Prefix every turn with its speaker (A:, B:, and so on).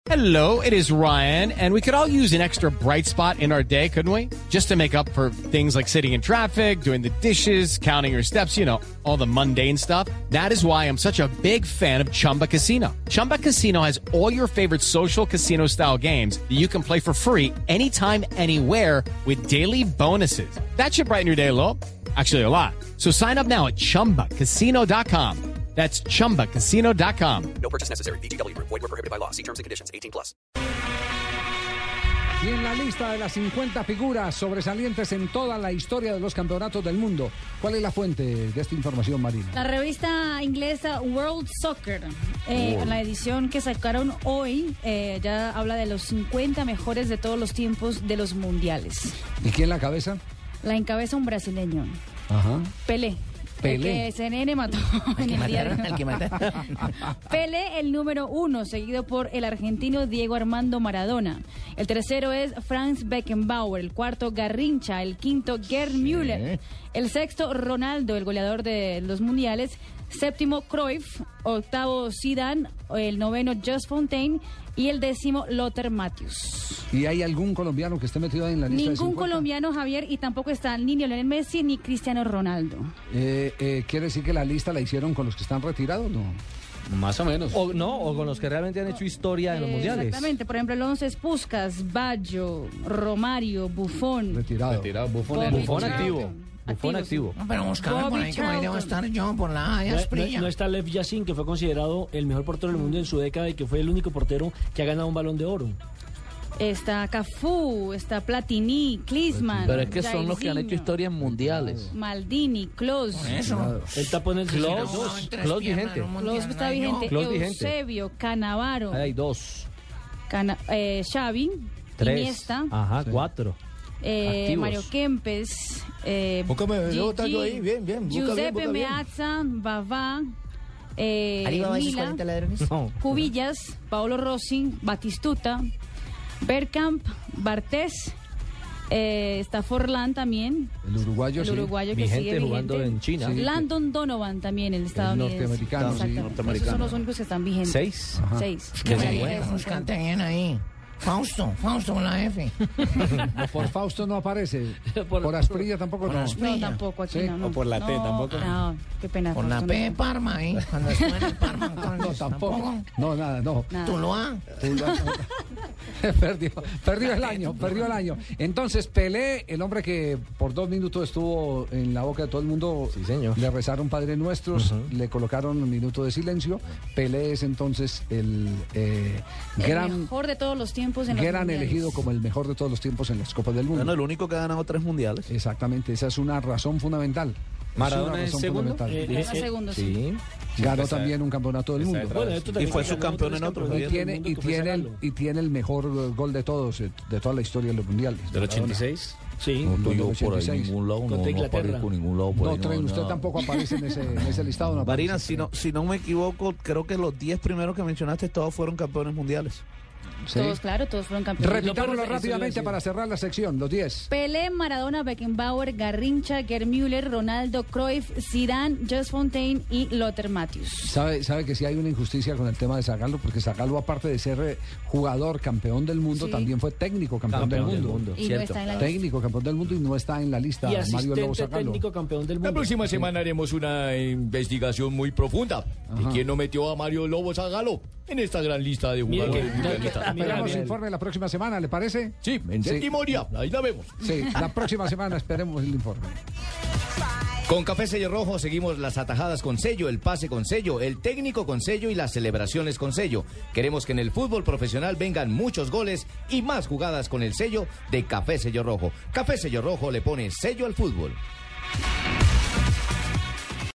A: Hello, it is Ryan, and we could all use an extra bright spot in our day, couldn't we? Just to make up for things like sitting in traffic, doing the dishes, counting your steps, you know, all the mundane stuff. That is why I'm such a big fan of Chumba Casino. Chumba Casino has all your favorite social casino-style games that you can play for free anytime, anywhere with daily bonuses. That should brighten your day a little. Actually, a lot. So sign up now at ChumbaCasino.com. That's ChumbaCasino.com.
B: No purchase necessary. VGW Group. Void where prohibited by law. See terms and conditions. 18+.
C: Y en la lista de las 50 figuras sobresalientes en toda la historia de los campeonatos del mundo, ¿cuál es la fuente de esta información, Marina?
D: La revista inglesa World Soccer, la edición que sacaron hoy, ya habla de los 50 mejores de todos los tiempos de los mundiales.
C: ¿Y quién la cabeza?
D: La encabeza un brasileño.
C: Ajá.
D: Pelé.
C: Pelé.
D: El que CNN mató en el diario. Pelé, el número 1, seguido por el argentino Diego Armando Maradona. El tercero es Franz Beckenbauer. El cuarto, Garrincha. El quinto, Gerd Müller. El sexto, Ronaldo, el goleador de los mundiales. Séptimo, Cruyff. Octavo, Zidane. El noveno, Just Fontaine. Y el décimo, Lothar Matthäus.
C: ¿Y hay algún colombiano que esté metido ahí en la lista de 50?
D: Ningún colombiano, Javier, y tampoco está ni Lionel Messi ni Cristiano Ronaldo.
C: ¿Quiere decir que la lista la hicieron con los que están retirados? No.
E: Más o menos.
F: O con los que realmente han hecho historia en los mundiales.
D: Exactamente, por ejemplo, el 11 es Puskás, Baggio, Romario, Buffon.
C: Retirado.
F: Buffon activo. Buffon activo.
G: No, pero buscarme por ahí que ahí debo estar yo por la
H: no está Lev Yashin, que fue considerado el mejor portero del mundo en su década y que fue el único portero que ha ganado un Balón de Oro.
D: Está Cafú, está Platini, Klinsmann.
E: Pero es que son los que han hecho historia en mundiales.
D: Maldini, Klose.
G: Eso.
H: Él está poniendo
F: Klose vigente.
D: Klose está vigente. Eusebio, Cannavaro.
F: Ahí hay 2.
D: Xavi,
F: 3.
D: Iniesta.
F: Ajá, 4.
D: Mario Kempes. Giuseppe Meazza, Bavá. Mila, Cubillas, Paolo Rossi, Batistuta, Bergkamp, Bartés, está Forlán también.
C: El uruguayo,
D: que sigue
F: jugando en China.
D: Sí. Landon Donovan también, el estadounidense.
C: Norteamericano, sí.
D: Esos son los únicos que están vigentes.
F: 6.
D: 6.
G: Buscante bien ahí. Fausto con la F.
C: No, por Fausto no aparece. Por Asprilla tampoco.
G: Por
C: no.
G: Asprilla.
D: No, tampoco aquí,
C: Sí.
D: no.
E: O por la T tampoco.
D: No, qué pena.
G: Por la
D: Fausto,
G: P
D: no.
G: de Parma ahí. Cuando estuve en el Parma.
C: No, tampoco. No, nada, no.
D: Nada.
G: Tuluá.
C: Perdió el año. Entonces, Pelé, el hombre que por 2 minutos estuvo en la boca de todo el mundo,
F: sí, señor.
C: Le rezaron Padre Nuestros, le colocaron un minuto de silencio. Pelé es entonces el
D: mejor de todos los tiempos en los
C: gran
D: mundiales.
C: elegido como el mejor de todos los tiempos en las Copas del Mundo.
E: Bueno, el único que ha ganado 3 mundiales.
C: Exactamente, esa es una razón fundamental.
F: Maradona es segundo.
D: Segundo,
F: Sí.
C: Ganó también un campeonato del mundo.
E: Y fue subcampeón en otros.
C: Y tiene el mejor gol de todos, de toda la historia de los mundiales.
E: ¿Del 86?
H: Sí.
E: No estoy yo
C: Del
E: por ahí
C: 86.
E: en ningún lado,
H: Contra
E: no
H: Inglaterra.
E: aparezco en ningún lado. Por
C: No,
E: ahí,
C: Tren, usted tampoco aparece en ese listado. No
E: Marina,
C: aparece.
E: si no me equivoco, creo que los 10 primeros que mencionaste todos fueron campeones mundiales.
C: Sí.
D: Todos fueron campeones.
C: Repitámoslo rápidamente para cerrar la sección, los 10.
D: Pelé, Maradona, Beckenbauer, Garrincha, Gerd Müller, Ronaldo, Cruyff, Zidane, Just Fontaine y Lothar Matthäus.
C: Sabe que sí hay una injusticia con el tema de Zagallo, porque Zagallo, aparte de ser jugador campeón del mundo,
D: Sí.
C: también fue técnico campeón del mundo.
D: Y no está en la lista.
C: Técnico campeón del mundo y no está en la lista.
H: Y
C: Mario Lobo
H: asistente
C: Zagallo.
H: técnico campeón del mundo.
I: La próxima semana haremos una investigación muy profunda de quién no metió a Mario Lobo Zagallo en esta gran lista de
H: Mire
I: jugadores
H: que-
I: mundialistas.
C: Esperamos informe la próxima semana, ¿le parece?
I: Sí, en séptimo día, ahí la vemos.
C: Sí, la próxima semana esperemos el informe.
I: Con Café Sello Rojo seguimos las atajadas con sello, el pase con sello, el técnico con sello y las celebraciones con sello. Queremos que en el fútbol profesional vengan muchos goles y más jugadas con el sello de Café Sello Rojo. Café Sello Rojo le pone sello al fútbol.